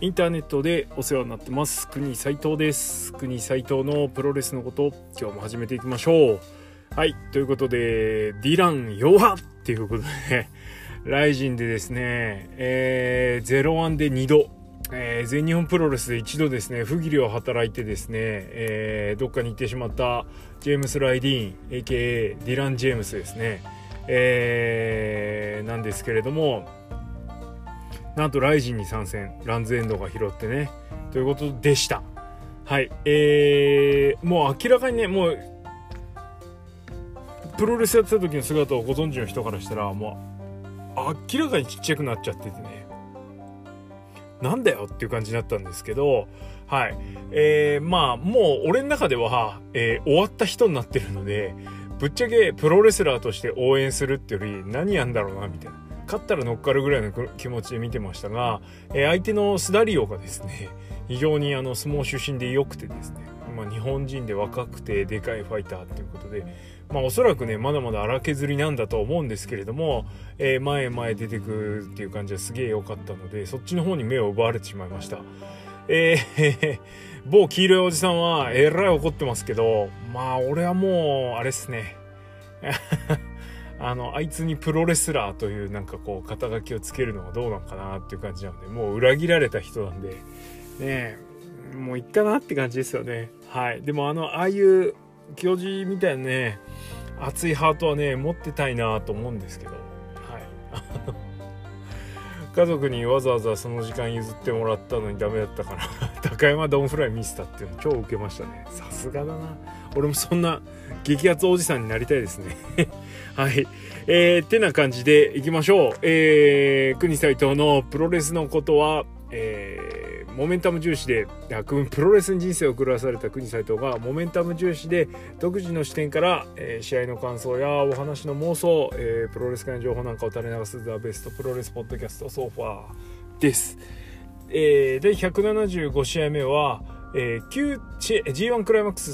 インターネットでお世話になってます国斉藤です。国斉藤のプロレスのこと今日も始めていきましょう。はい、ということでディランヨハっていうことで、ライジンでですね、01で2度、全日本プロレスで一度ですね不義理を働いてですね、どっかに行ってしまったジェームス・ライディーン AKA ディラン・ジェームスですね、なんですけれども、なんとライジンに参戦、ランズエンドが拾ってねということでした。はい、もう明らかにね、もうプロレスやってた時の姿をご存知の人からしたらもう明らかにちっちゃくなっちゃっててね、なんだよっていう感じになったんですけど、はい、まあもう俺の中では、終わった人になってるので、ぶっちゃけプロレスラーとして応援するっていうより何やんだろうなみたいな、勝ったら乗っかるぐらいの気持ちで見てましたが、相手のスダリオがですね非常に相撲出身で良くてですね、日本人で若くてでかいファイターっていうことで、おそらくねまだまだ荒削りなんだと思うんですけれども、前へ出てくっていう感じはすげえ良かったので、そっちの方に目を奪われてしまいました。某黄色いおじさんはえらい怒ってますけど、俺はもうあれっすねあいつにプロレスラーというなんかこう肩書きをつけるのはどうなのかなっていう感じなので、もう裏切られた人なんでね、もういっかなって感じですよね。はい。でもああいう教授みたいなね熱いハートはね持ってたいなと思うんですけど、はい家族にわざわざその時間譲ってもらったのにダメだったから高山ドンフライ見せたっていうの超ウケましたね。さすがだな、俺もそんな激アツおじさんになりたいですねはい、ってな感じでいきましょう。国斉藤のプロレスのことは、モメンタム重視で、プロレスに人生を狂わされた国斉藤がモメンタム重視で独自の視点から、試合の感想やお話の妄想、プロレス界の情報なんかを垂れ流すザ・ベストプロレスポッドキャストソファーです。で175試合目は、G1 クライマックス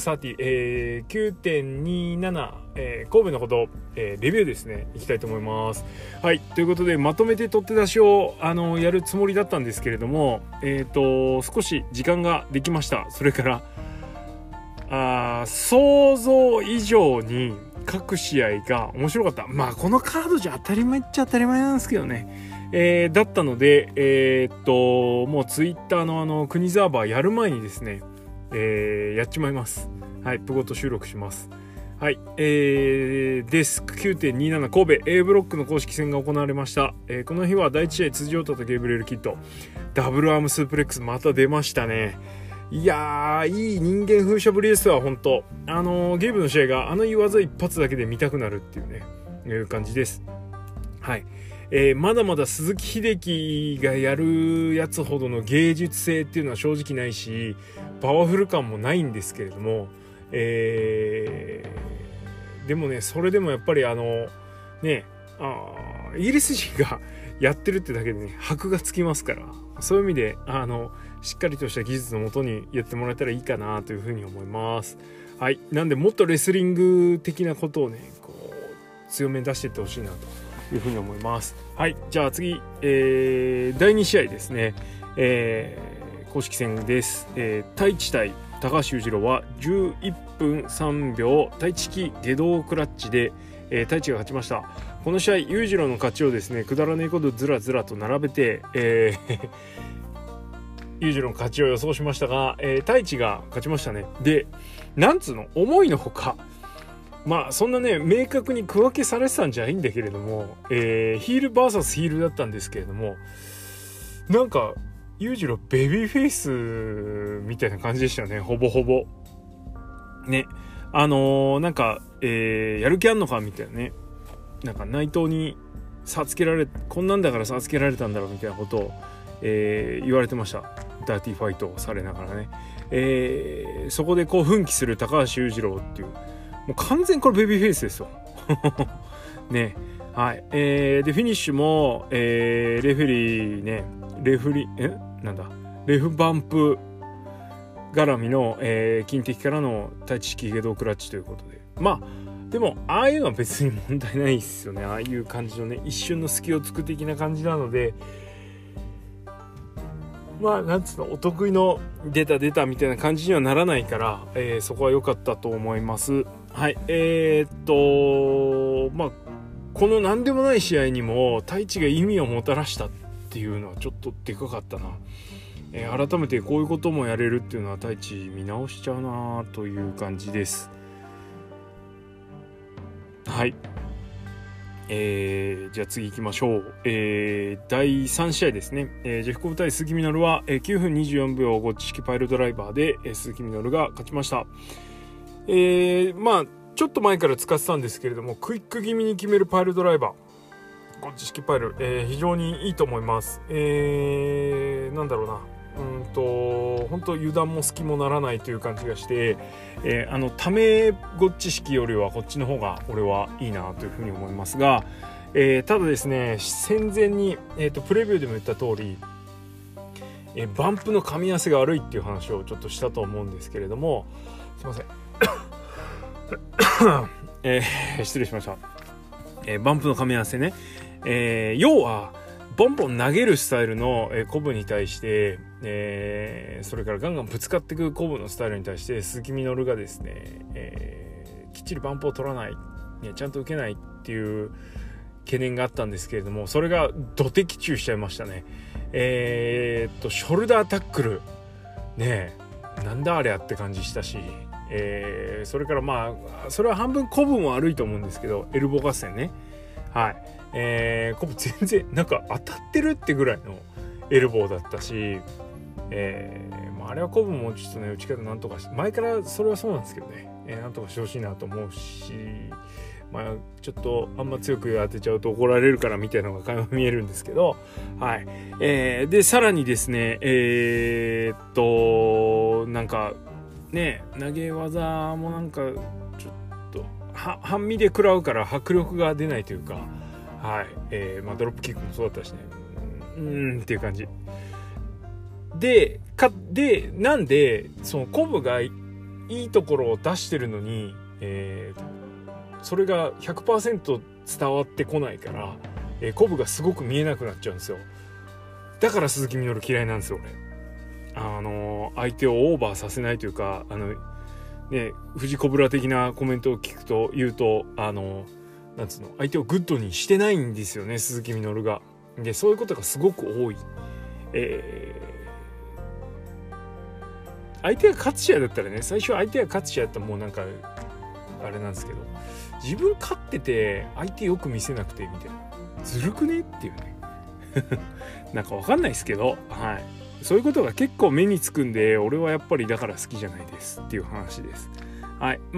30、9.27、神戸のほど、レビューですねいきたいと思います。はい、ということでまとめて取って出しをやるつもりだったんですけれども、少し時間ができました。それから想像以上に各試合が面白かった。このカードじゃ当たり前っちゃ当たり前なんですけどね、だったので、もうツイッターの国ザーバーやる前にですね、やっちまいます。はい、プゴト収録します。はい、デスク 9.27 神戸 A ブロックの公式戦が行われました。この日は第1試合辻陽太とゲイブリエル・キッドダブルアームスープレックスまた出ましたね。いやー、いい人間風車ぶりですわ本当。ゲイブの試合が言い技一発だけで見たくなるっていうね、いう感じです。はい、まだまだ鈴木秀樹がやるやつほどの芸術性っていうのは正直ないし、パワフル感もないんですけれども、でもねそれでもやっぱりイギリス人がやってるってだけでね箔がつきますから、そういう意味でしっかりとした技術のもとにやってもらえたらいいかなというふうに思います。はい、なんでもっとレスリング的なことをねこう強めに出していってほしいなというふうに思います。はい、じゃあ次、第2試合ですね、公式戦です。太一対高橋裕次郎は11分3秒太一期下道クラッチで、太一が勝ちました。この試合裕次郎の勝ちをですねくだらねえことずらずらと並べて、裕次郎の勝ちを予想しましたが、太一が勝ちましたね。でなんつうの思いのほかそんなね明確に区分けされてたんじゃないんだけれども、ヒール VS ヒールだったんですけれども、なんか裕次郎ベビーフェイスみたいな感じでしたね、ほぼほぼね。なんか、やる気あんのかみたいなね、なんか内藤に差つけられこんなんだから差つけられたんだろうみたいなことを、言われてました。ダーティーファイトをされながらね、そこでこう奮起する高橋裕次郎っていう、もう完全これベビーフェイスですよね。はい、でフィニッシュも、レフバンプ絡みの、近敵からの太一式下道クラッチということで、でもああいうのは別に問題ないですよね。ああいう感じのね一瞬の隙をつく的な感じなので、 なんつうの、お得意の出たみたいな感じにはならないから、そこは良かったと思います。はい。この何でもない試合にも太一が意味をもたらしたっていうのはちょっとでかかったな。改めてこういうこともやれるっていうのは太一見直しちゃうなという感じです。はい。じゃあ次行きましょう。第3試合ですね。ジェフコブ対鈴木みのるは、9分24秒ゴッチ式パイルドライバーで、鈴木みのるが勝ちました。ちょっと前から使ってたんですけれども、クイック気味に決めるパイルドライバー、ゴッチ式パイル、非常にいいと思います。なんだろうな。本当油断も隙もならないという感じがして、ためゴッチ式よりはこっちの方が俺はいいなというふうに思いますが、ただですね、戦前に、プレビューでも言った通り、バンプの噛み合わせが悪いっていう話をちょっとしたと思うんですけれども、すいません失礼しました。バンプの噛み合わせね、要はボンボン投げるスタイルのコブに対して、それからガンガンぶつかっていくコブのスタイルに対して鈴木みのるがですね、きっちりバンプを取らない、ちゃんと受けないっていう懸念があったんですけれども、それがド的中しちゃいましたね。ショルダータックルねえ、なんだあれやって感じしたし、それからそれは半分コブも悪いと思うんですけど、エルボー合戦ね、はい、コブ全然なんか当たってるってぐらいのエルボーだったし、あれはコブもちょっとね、打ち方なんとかして、前からそれはそうなんですけどね、なんとかしてほしいなと思うし、ちょっとあんま強く当てちゃうと怒られるからみたいなのが垣間見えるんですけど、はい。でさらにですね、なんかね、投げ技もなんかちょっと半身で食らうから迫力が出ないというか、はい。ドロップキックもそうだったしね、っていう感じでなんでそのコブがいいところを出してるのに、それが 100% 伝わってこないから、コブがすごく見えなくなっちゃうんですよ。だから鈴木みのる嫌いなんですよ俺。相手をオーバーさせないというか、藤子ブラ的なコメントを言うとなんつうの、相手をグッドにしてないんですよね、鈴木みのるが。でそういうことがすごく多い。相手が勝つ試合だったらね、最初相手が勝つ試合だったらもうなんかあれなんですけど、自分勝ってて相手よく見せなくてみたいな、ずるくねっていうねなんかわかんないですけど、はい、そういうことが結構目につくんで、俺はやっぱりだから好きじゃないですっていう話です。はい、こ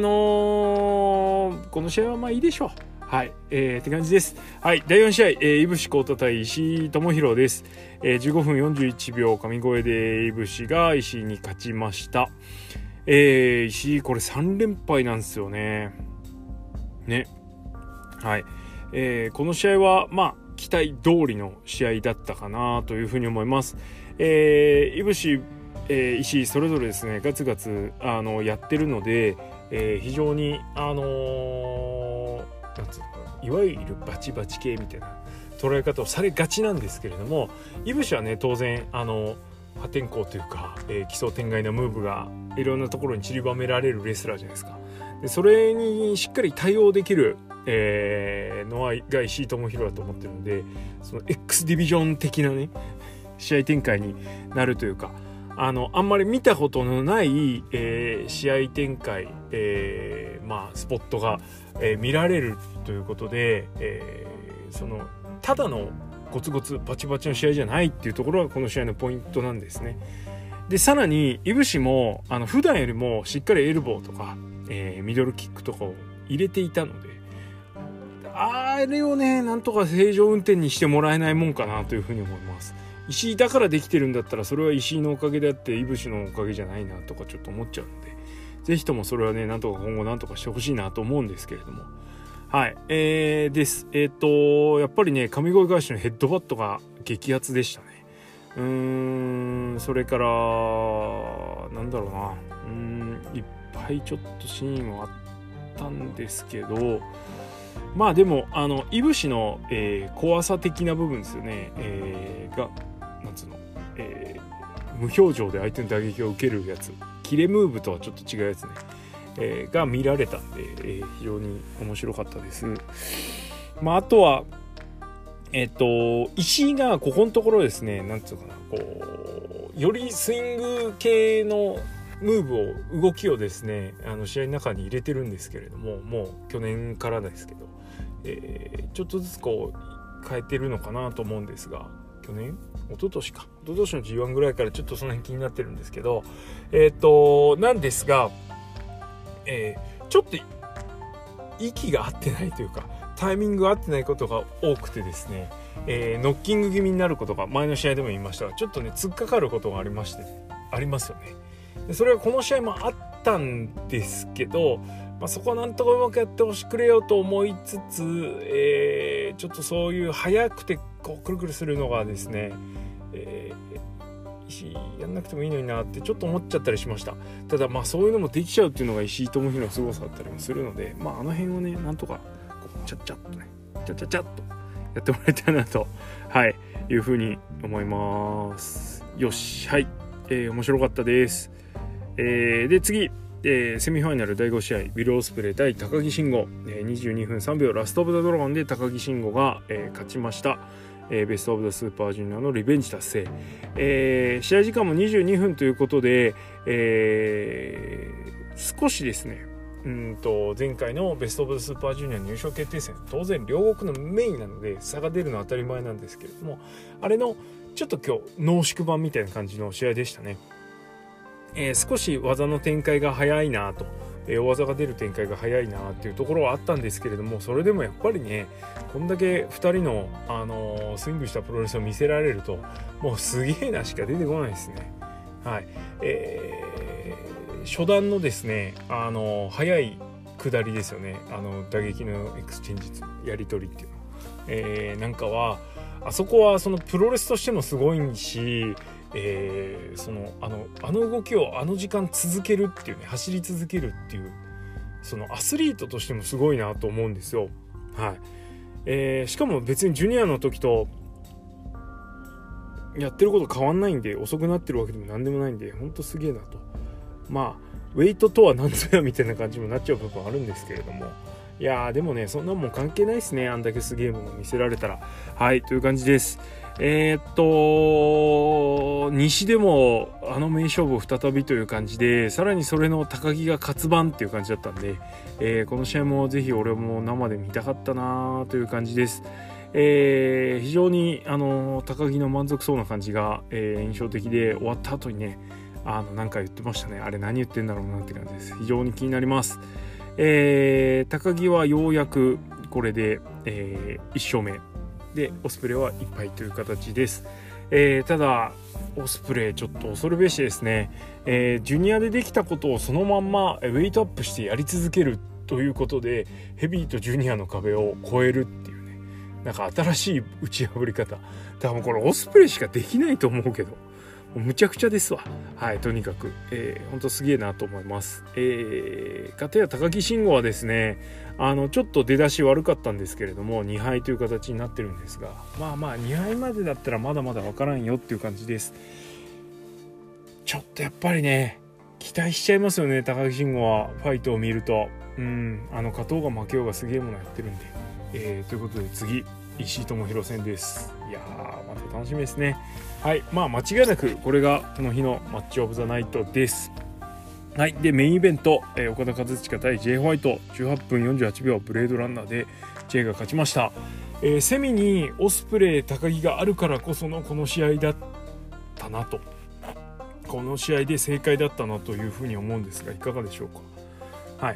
の試合はいいでしょう。はい、って感じです。はい、第4試合、井伏浩太対石井智弘です。15分41秒神声で井伏が石井に勝ちました。石井これ3連敗なんですよね。はい、この試合は期待通りの試合だったかなというふうに思います。井伏、石井それぞれですね、ガツガツやってるので、非常になんつうのかな、いわゆるバチバチ系みたいな捉え方をされがちなんですけれども、井伏はね当然破天荒というか、奇想天外なムーブがいろんなところに散りばめられるレスラーじゃないですか。でそれにしっかり対応できる、のが石井智弘だと思ってるので、その X ディビジョン的なね試合展開になるというか、あんまり見たことのない、試合展開、スポットが、見られるということで、ただのゴツゴツバチバチの試合じゃないっていうところがこの試合のポイントなんですね。でさらに井伏も普段よりもしっかりエルボーとか、ミドルキックとかを入れていたので、あれをねなんとか正常運転にしてもらえないもんかなというふうに思います。石井だからできてるんだったらそれは石井のおかげであって井伏のおかげじゃないなとかちょっと思っちゃうので、ぜひともそれはねなんとか今後なんとかしてほしいなと思うんですけれども、はい、です。やっぱりね神声返しのヘッドバットが激アツでしたね。それからなんだろうな、いっぱいちょっとシーンはあったんですけど、でも井伏の、怖さ的な部分ですよね、がなんつうの、 無表情で相手の打撃を受けるやつ、キレムーブとはちょっと違うやつね、が見られたんで、非常に面白かったです。あとは石井がここのところですね、なんつうかな、こうよりスイング系のムーブを動きをですね試合の中に入れてるんですけれども、もう去年からですけど、ちょっとずつこう変えてるのかなと思うんですが、一昨年の G1 ぐらいからちょっとその辺気になってるんですけど、なんですが、ちょっと息が合ってないというかタイミングが合ってないことが多くてですね、ノッキング気味になることが前の試合でも言いましたが、ちょっとね突っかかることがありますよね。でそれはこの試合もあったんですけど、そこはなんとかうまくやってほしくれよと思いつつ、ちょっとそういう速くてこうくるくるするのがですね、石井やんなくてもいいのになってちょっと思っちゃったりしました。ただそういうのもできちゃうっていうのが石井智弘の凄さだったりもするので、あの辺をねなんとかこうちゃっちゃっとねちゃっとやってもらいたいなというふうに思います。よし、はい、面白かったです。で次、セミファイナル第5試合ウィル・オスプレイ対高木慎吾、22分3秒ラストオブザドラゴンで高木慎吾が、勝ちました。ベストオブザスーパージュニアのリベンジ達成、試合時間も22分ということで、少しですね前回のベストオブザスーパージュニア入賞決定戦、当然両国のメインなので差が出るのは当たり前なんですけれども、あれのちょっと今日濃縮版みたいな感じの試合でしたね。少し技の展開が早いなと、大技が出る展開が早いなっていうところはあったんですけれども、それでもやっぱりねこんだけ2人の、スイングしたプロレスを見せられるともうすげえなしか出てこないですね。はい、初段のですね早い下りですよね、打撃のエクスチェンジやり取りっていうの、なんかはあそこはそのプロレスとしてもすごいし、そのあの動きをあの時間続けるっていうね、走り続けるっていうそのアスリートとしてもすごいなと思うんですよ。はい、しかも別にジュニアの時とやってること変わんないんで、遅くなってるわけでも何でもないんで、ほんとすげえなと。ウェイトとは何ぞやみたいな感じになっちゃう部分あるんですけれども、いやーでもねそんなもん関係ないですね、あんだけすげえもの見せられたら。はいという感じです。西でも名勝負再びという感じで、さらにそれの高木が勝つ番っていう感じだったんで、この試合もぜひ俺も生で見たかったなという感じです。非常に高木の満足そうな感じが、印象的で、終わった後にねなんか言ってましたね。あれ何言ってんだろうなって感じです。非常に気になります。高木はようやくこれで、1勝目でオスプレイは1敗という形です。ただオスプレイちょっと恐るべしですね。ジュニアでできたことをそのまんまウェイトアップしてやり続けるということで、ヘビーとジュニアの壁を越えるっていうね、なんか新しい打ち破り方、多分これオスプレイしかできないと思うけど、むちゃくちゃですわ。はい、とにかく、本当すげえなと思います。かたや高木慎吾はですね、ちょっと出だし悪かったんですけれども2敗という形になってるんですが、2敗までだったらまだまだ分からんよっていう感じです。ちょっとやっぱりね期待しちゃいますよね、高木慎吾はファイトを見ると。勝とうが負けようがすげえものやってるんで、ということで次石井智弘戦です。いやーまた楽しみですね。はい、間違いなくこれがこの日のマッチオブザナイトです。はい、でメインイベント、岡田和親対 J ホワイト18分48秒ブレードランナーで J が勝ちました。セミにオスプレイ高木があるからこそのこの試合だったなと、この試合で正解だったなというふうに思うんですが、いかがでしょうか。はい、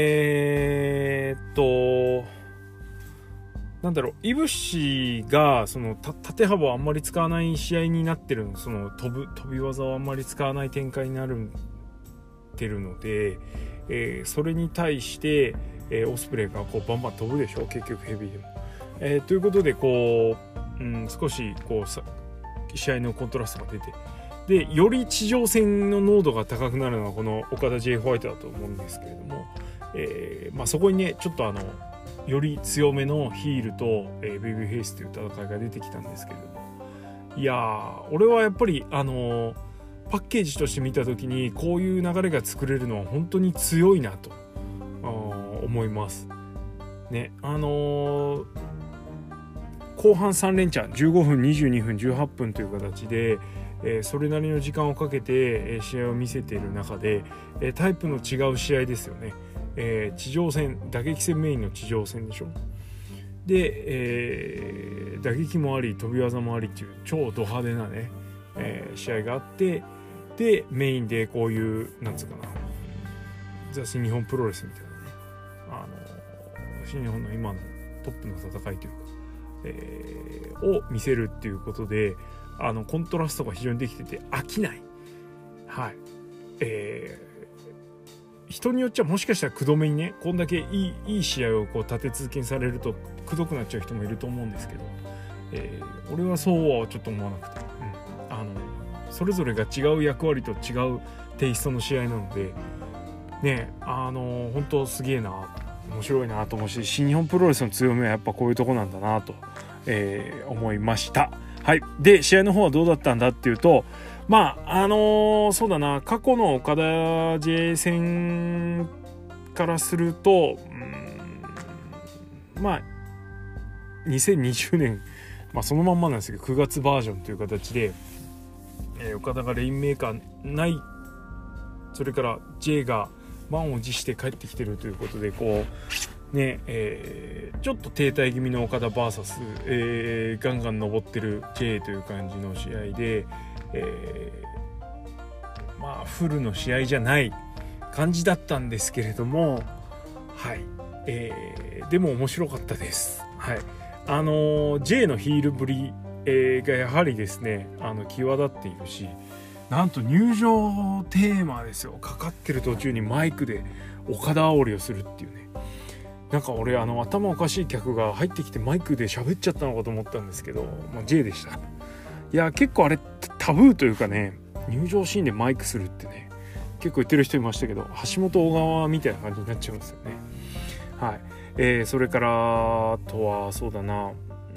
イブシがその縦幅をあんまり使わない試合になってるの、その飛び技をあんまり使わない展開になってるので、それに対して、オスプレイがこうバンバン飛ぶでしょ、結局ヘビーでも、ということでこう、少しこう試合のコントラストが出て、でより地上戦の濃度が高くなるのはこの岡田 J ホワイトだと思うんですけれども、そこにねちょっとより強めのヒールと、ベイビーフェイスという戦いが出てきたんですけれども、 いやー、俺はやっぱりパッケージとして見た時にこういう流れが作れるのは本当に強いなと思いますね。後半3連チャン15分22分18分という形で、それなりの時間をかけて試合を見せている中で、タイプの違う試合ですよね。地上戦、打撃戦メインの地上戦でしょ。で、打撃もあり飛び技もありっていう超ド派手なね、試合があって、でメインでこういうなんつうかな、ザ・新日本プロレスみたいなね、新日本の今のトップの戦いというか、を見せるっていうことで、コントラストが非常にできてて飽きない。はい。人によっちゃもしかしたらくどめにね、こんだけいい試合をこう立て続けにされるとくどくなっちゃう人もいると思うんですけど、俺はそうはちょっと思わなくて、それぞれが違う役割と違うテイストの試合なのでね、本当すげえな、面白いなと思うし、新日本プロレスの強みはやっぱこういうとこなんだなと、思いました。はい。で試合の方はどうだったんだっていうと、そうだな、過去の岡田 J 戦からすると、2020年、そのまんまなんですけど9月バージョンという形で、岡田がレインメーカーない、それから J が満を持して帰ってきてるということで、こうね、ちょっと停滞気味の岡田 VS、ガンガン登ってる J という感じの試合で、フルの試合じゃない感じだったんですけれども、はい、でも面白かったです。はい、J のヒールぶり、がやはりですね、際立っているし、なんと入場テーマですよ、かかってる途中にマイクで岡田煽りをするっていうね。なんか俺頭おかしい客が入ってきてマイクで喋っちゃったのかと思ったんですけど、J でした。いや結構あれタブーというかね、入場シーンでマイクするってね、結構言ってる人いましたけど、橋本小川みたいな感じになっちゃうんですよね。はい。それからあとはそうだな、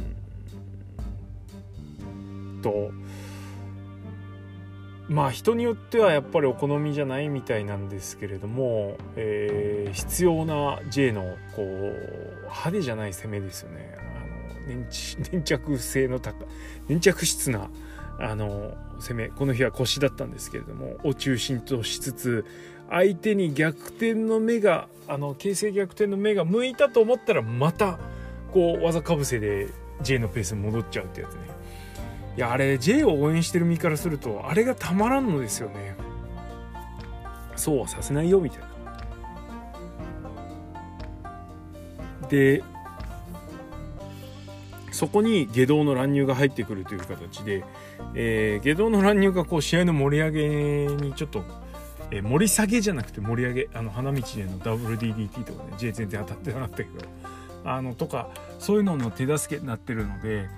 人によってはやっぱりお好みじゃないみたいなんですけれども、必要な J のこう派手じゃない攻めですよね。粘着質な攻め、この日は腰だったんですけれどもを中心としつつ、相手に逆転の目が形勢逆転の目が向いたと思ったらまたこう技かぶせで J のペースに戻っちゃうってやつね。いやあれ J を応援してる身からするとあれがたまらんのですよね。そうはさせないよみたいな。でそこに下道の乱入が入ってくるという形で、下道の乱入がこう試合の盛り上げにちょっと、盛り下げじゃなくて盛り上げ、花道での WDDT とかね、 J 全然当たってなかったけどとかそういうのの手助けになってるので、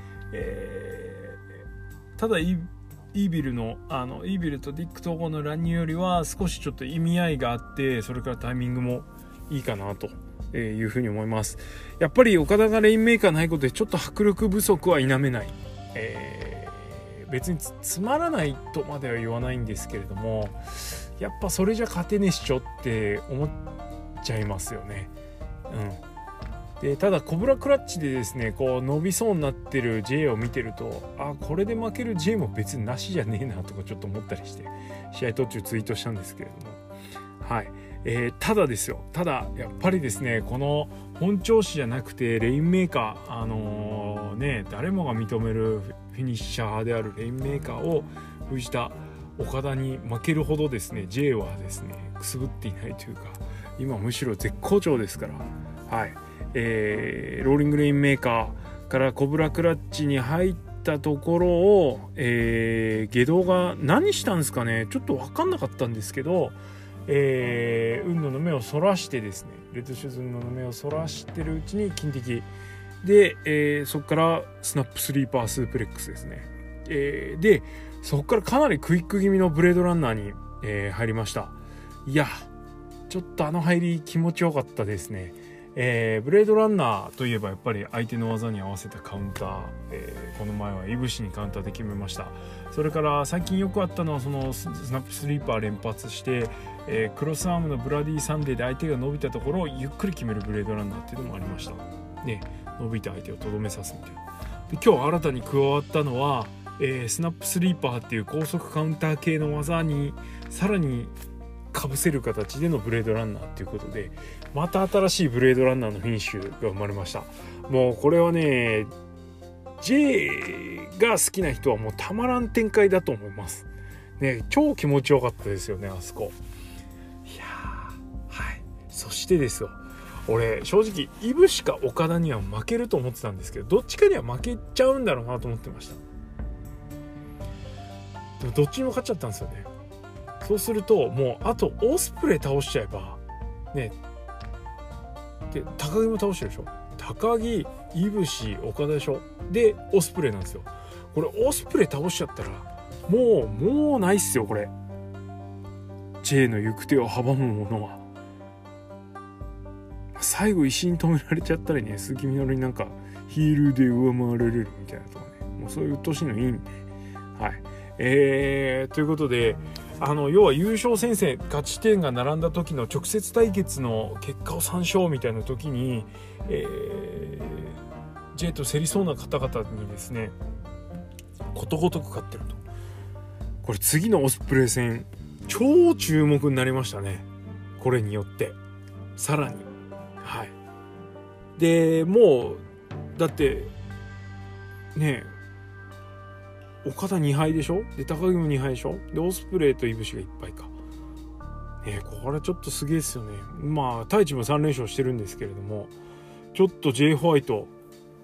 ただイービルとディック統合の乱入よりは少しちょっと意味合いがあって、それからタイミングもいいかなというふうに思います。やっぱり岡田がレインメーカーないことでちょっと迫力不足は否めない、別につまらないとまでは言わないんですけれども、やっぱそれじゃ勝てねえっしょって思っちゃいますよね。でただコブラクラッチでですね、こう伸びそうになってる J を見てると、これで負ける J も別になしじゃねえなとかちょっと思ったりして試合途中ツイートしたんですけれども、はい。ただやっぱりですね、この本調子じゃなくてレインメーカー、誰もが認めるフィニッシャーであるレインメーカーを藤田岡田に負けるほどですね J はですねくすぶっていないというか、今むしろ絶好調ですから、はい。ローリングレインメーカーからコブラクラッチに入ったところを、下道が何したんですかね、ちょっと分かんなかったんですけど、運野の目をそらしてですね、レッドシューズ運野の目をそらしてるうちに金敵で、そこからスナップスリーパースープレックスですね、でそこからかなりクイック気味のブレードランナーに、入りました。いやちょっと入り気持ちよかったですね。 ブレードランナーといえばやっぱり相手の技に合わせたカウンター、この前はいぶしにカウンターで決めました。それから最近よくあったのはそのスナップスリーパー連発して、クロスアームのブラディサンデーで相手が伸びたところをゆっくり決めるブレードランナーっていうのもありました。で伸びた相手をとどめさすみたいな。で今日新たに加わったのは、スナップスリーパーっていう高速カウンター系の技にさらにかぶせる形でのブレードランナーということで、また新しいブレードランナーのフィニッシュが生まれました。もうこれはね J が好きな人はもうたまらん展開だと思いますね。超気持ちよかったですよね、あそこ。いやはい。そしてですよ、俺正直イブシか岡田には負けると思ってたんですけど、どっちかには負けちゃうんだろうなと思ってました。でもどっちにも勝っちゃったんですよね。そうするともうあとオスプレイ倒しちゃえばね、で高木も倒してるでしょ。高木、イブシ、岡田でしょ。でオスプレイなんですよ。これオスプレイ倒しちゃったらもうないっすよこれ。 J の行く手を阻むものは。最後石に止められちゃったりね、鈴木みのるになんかヒールで上回られるみたいなとかね、もうそういう年のいいんで、はい。ということで要は優勝戦線勝ち点が並んだ時の直接対決の結果を3勝みたいな時に、J と競りそうな方々にですねことごとく勝ってると。これ次のオスプレイ戦超注目になりましたね、これによってさらに。はい。でもうだってね岡田2敗でしょ。で高木も2敗でしょ。でオスプレイとイブシが1敗か。これちょっとすげえですよね。まあ太一も3連勝してるんですけれども、ちょっと J ホワイト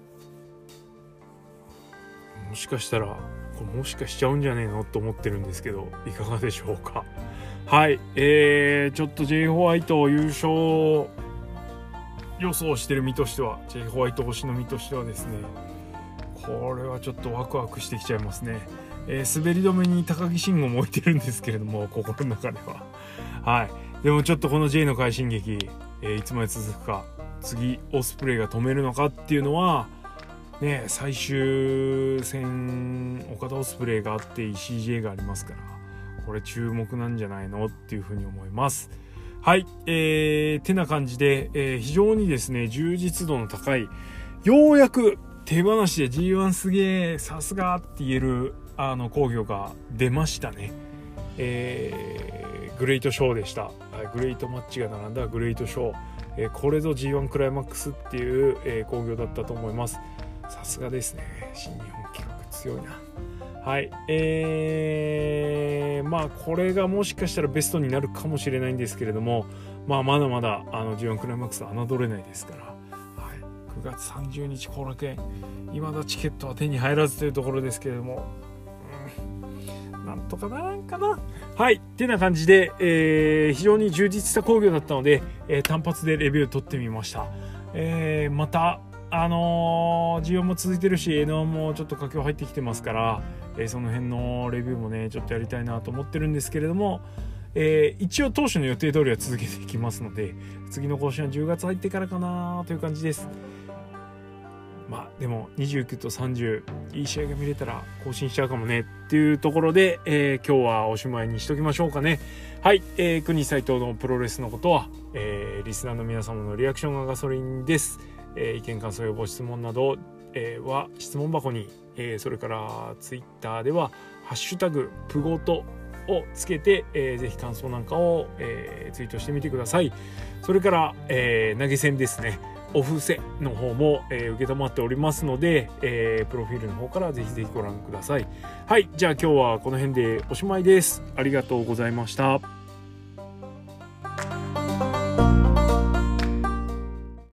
もしかしたらこれもしかしちゃうんじゃねえのと思ってるんですけど、いかがでしょうか。はい。ちょっと J ホワイト優勝予想してる身としては J ホワイト推しの身としてはですね、これはちょっとワクワクしてきちゃいますね。滑り止めに高木慎吾も置いてるんですけれども、心の中でははい。でもちょっとこの J の快進撃、いつまで続くか、次オスプレイが止めるのかっていうのはね、最終戦岡田オスプレイがあって ECJ がありますから、これ注目なんじゃないのっていうふうに思います。はい。てな感じで、非常にですね充実度の高い、ようやく手放しで G1 すげえさすがって言える興行が出ましたね。グレイトショーでした。グレイトマッチが並んだグレイトショー、これぞ G1 クライマックスっていう、興行だったと思います。さすがですね、新日本企画強いな。はい。まあこれがもしかしたらベストになるかもしれないんですけれども、まだまだG1 クライマックスは侮れないですから、9月30日後楽園、未だチケットは手に入らずというところですけれども、なんとかなんかな。はい。ってな感じで、非常に充実した興行だったので、単発でレビュー取ってみました。またG1 も続いてるし N1 もちょっと佳境入ってきてますから、その辺のレビューもねちょっとやりたいなと思ってるんですけれども、一応当初の予定通りは続けていきますので、次の更新は10月入ってからかなという感じです。でも29と30いい試合が見れたら更新しちゃうかもねっていうところで、今日はおしまいにしときましょうかね。はい。国斉藤のプロレスのことは、リスナーの皆様のリアクションがガソリンです。意見感想要望質問など、は質問箱に、それからツイッターではハッシュタグプゴトをつけて、ぜひ感想なんかを、ツイートしてみてください。それから、投げ銭ですね、お布施の方も、承っておりますので、プロフィールの方からぜひぜひご覧ください。はい。じゃあ今日はこの辺でおしまいです。ありがとうございました。